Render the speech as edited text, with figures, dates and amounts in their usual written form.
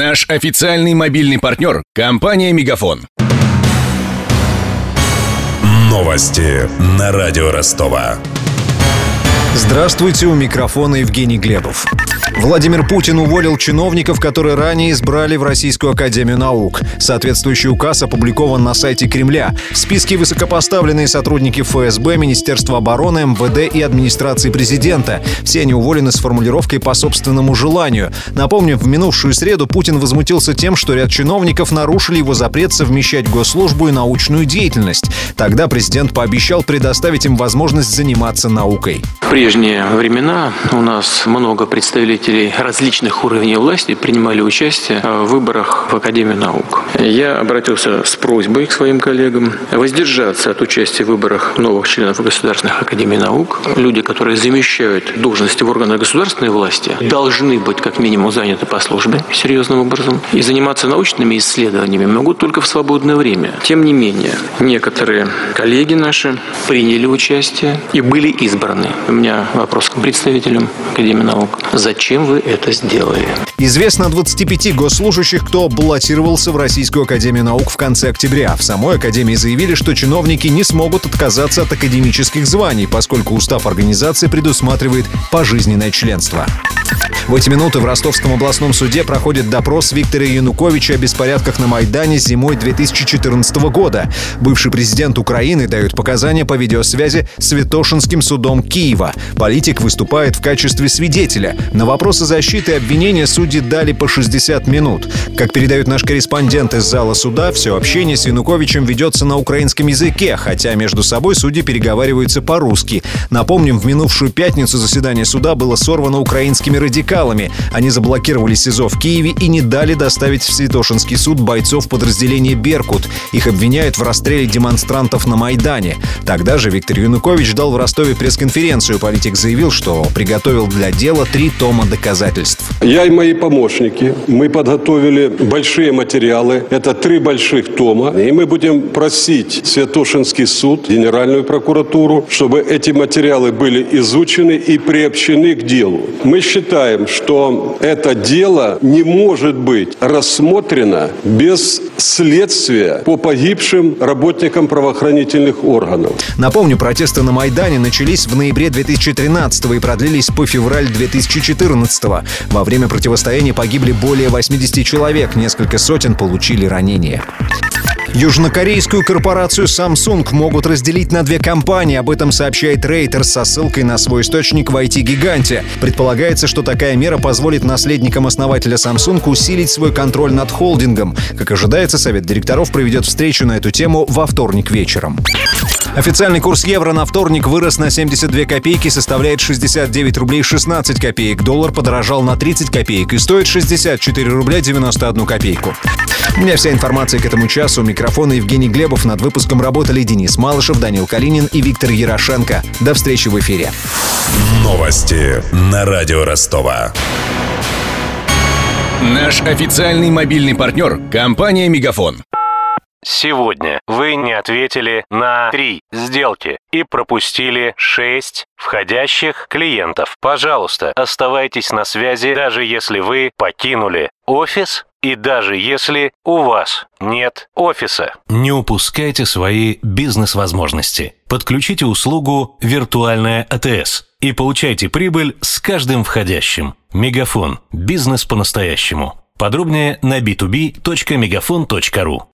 Наш официальный мобильный партнер – компания «Мегафон». Новости на радио Ростова. Здравствуйте, у микрофона Евгений Глебов. Владимир Путин уволил чиновников, которые ранее избрали в Российскую академию наук. Соответствующий указ опубликован на сайте Кремля. В списке высокопоставленные сотрудники ФСБ, Министерства обороны, МВД и администрации президента. Все они уволены с формулировкой «по собственному желанию». Напомню, в минувшую среду Путин возмутился тем, что ряд чиновников нарушили его запрет совмещать госслужбу и научную деятельность. Тогда президент пообещал предоставить им возможность заниматься наукой. В прежние времена у нас много представителей различных уровней власти принимали участие в выборах в Академию наук. Я обратился с просьбой к своим коллегам воздержаться от участия в выборах новых членов государственных академий наук. Люди, которые замещают должности в органах государственной власти, должны быть как минимум заняты по службе серьезным образом и заниматься научными исследованиями могут только в свободное время. Тем не менее, некоторые коллеги наши приняли участие и были избраны. У меня вопрос к представителям Академии наук. Зачем вы это сделали? Известно о 25 госслужащих, кто баллотировался в Российскую академию наук в конце октября. В самой академии заявили, что чиновники не смогут отказаться от академических званий, поскольку устав организации предусматривает пожизненное членство. В эти минуты в Ростовском областном суде проходит допрос Виктора Януковича о беспорядках на Майдане зимой 2014 года. Бывший президент Украины дает показания по видеосвязи с Святошинским судом Киева. Политик выступает в качестве свидетеля. На вопросы защиты и обвинения судьи дали по 60 минут. Как передает наш корреспондент из зала суда, все общение с Януковичем ведется на украинском языке, хотя между собой судьи переговариваются по-русски. Напомним, в минувшую пятницу заседание суда было сорвано украинскими радикалами. Они заблокировали СИЗО в Киеве и не дали доставить в Святошинский суд бойцов подразделения «Беркут». Их обвиняют в расстреле демонстрантов на Майдане. Тогда же Виктор Янукович дал в Ростове пресс-конференцию. Политик заявил, что приготовил для дела 3 тома доказательств. Я и мои помощники, мы подготовили большие материалы. Это 3 больших тома. И мы будем просить Святошинский суд, Генеральную прокуратуру, чтобы эти материалы были изучены и приобщены к делу. Мы считаем, что это дело не может быть рассмотрено без следствия по погибшим работникам правоохранительных органов. Напомню, протесты на Майдане начались в ноябре 2013 и продлились по февраль 2014. Во время противостояния погибли более 80 человек, несколько сотен получили ранения. Южнокорейскую корпорацию Samsung могут разделить на 2 компании. Об этом сообщает Reuters со ссылкой на свой источник в IT-гиганте. Предполагается, что такая мера позволит наследникам основателя Samsung усилить свой контроль над холдингом. Как ожидается, совет директоров проведет встречу на эту тему во вторник вечером. Официальный курс евро на вторник вырос на 72 копейки, составляет 69 рублей 16 копеек. Доллар подорожал на 30 копеек и стоит 64 рубля 91 копейку. У меня вся информация к этому часу. У микрофона Евгений Глебов. Над выпуском работали Денис Малышев, Данил Калинин и Виктор Ярошенко. До встречи в эфире. Новости на радио Ростова. Наш официальный мобильный партнер – компания «Мегафон». Сегодня вы не ответили на 3 сделки и пропустили 6 входящих клиентов. Пожалуйста, оставайтесь на связи, даже если вы покинули офис и даже если у вас нет офиса. Не упускайте свои бизнес-возможности. Подключите услугу «Виртуальная АТС» и получайте прибыль с каждым входящим. Мегафон. Бизнес по-настоящему. Подробнее на b2b.megafon.ru.